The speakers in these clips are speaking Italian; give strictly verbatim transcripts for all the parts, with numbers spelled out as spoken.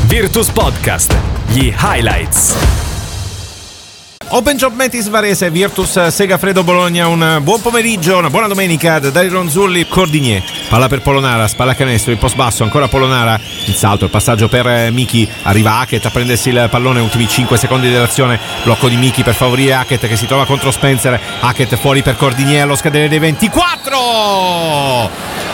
Virtus Podcast, gli highlights. Open Job Metis Varese, Virtus Segafredo Bologna. Un buon pomeriggio, una buona domenica da Dario Ronzulli. Cordinier, palla per Polonara, spalla canestro, il post basso, ancora Polonara, il salto, il passaggio per Miki, arriva Hackett a prendersi il pallone, ultimi cinque secondi dell'azione, blocco di Miki per favorire Hackett che si trova contro Spencer. Hackett fuori per Cordinier allo scadere dei ventiquattro.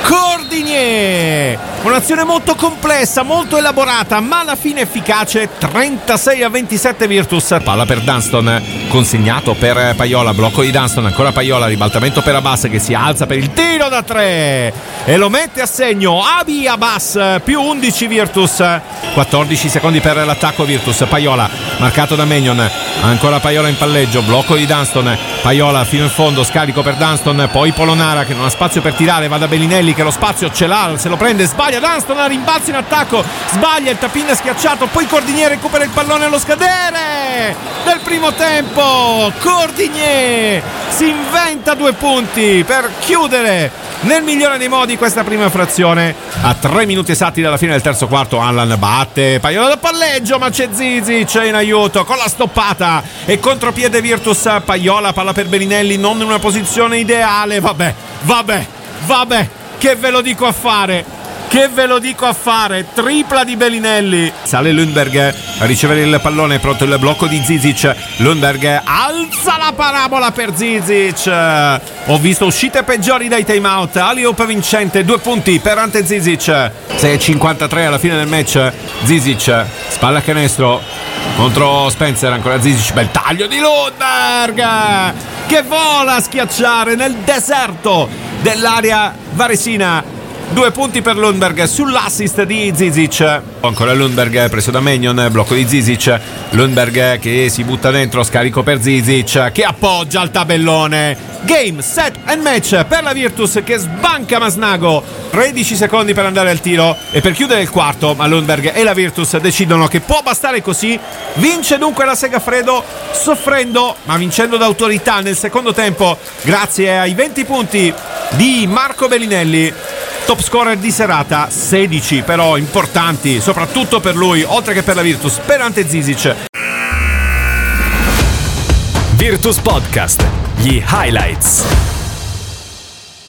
Cordinier, un'azione molto complessa, molto elaborata, ma alla fine efficace. Trentasei a ventisette Virtus. Palla per Dunston, consegnato per Paiola, blocco di Dunston, ancora Paiola, ribaltamento per Abbas che si alza per il tiro da tre e lo mette a segno. Abi Abbas, più undici Virtus. Quattordici secondi per l'attacco Virtus. Paiola marcato da Magnon, ancora Paiola in palleggio, blocco di Dunston, Paiola fino in fondo, scarico per Dunston, poi Polonara che non ha spazio per tirare, va da Bellinelli che lo spazio ce l'ha, se lo prende, sbaglia Dunston, a rimbalzo in attacco, sbaglia, il tapin è schiacciato, poi Cordinier recupera il pallone allo scadere del primo tempo. Cordinier si inventa due punti per chiudere nel migliore dei modi questa prima frazione. A tre minuti esatti dalla fine del terzo quarto Allan batte Paiola da palleggio, ma c'è Zizic in aiuto con la stoppata e contropiede Virtus. Paiola, palla per Bellinelli, non in una posizione ideale. Vabbè, vabbè, vabbè, che ve lo dico a fare? Che ve lo dico a fare? Tripla di Bellinelli. Sale Lundberg a ricevere il pallone, pronto il blocco di Zizic. Lundberg alza la parabola per Zizic. Ho visto uscite peggiori dai timeout. Alley-oop vincente, due punti per Ante Zizic. sei e cinquantatré alla fine del match. Zizic, spalla canestro contro Spencer, ancora Zizic, bel taglio di Lundberg che vola a schiacciare nel deserto dell'area varesina. Due punti per Lundberg sull'assist di Zizic. Ancora Lundberg preso da Magnon, blocco di Zizic. Lundberg che si butta dentro, scarico per Zizic che appoggia al tabellone. Game, set and match per la Virtus che sbanca Masnago. tredici secondi per andare al tiro e per chiudere il quarto, ma Lundberg e la Virtus decidono che può bastare così. Vince dunque la Segafredo, soffrendo ma vincendo d'autorità nel secondo tempo grazie ai venti punti di Marco Bellinelli. Top scorer di serata, sedici però importanti, soprattutto per lui, oltre che per la Virtus, per Ante Zizic. Virtus Podcast, gli highlights.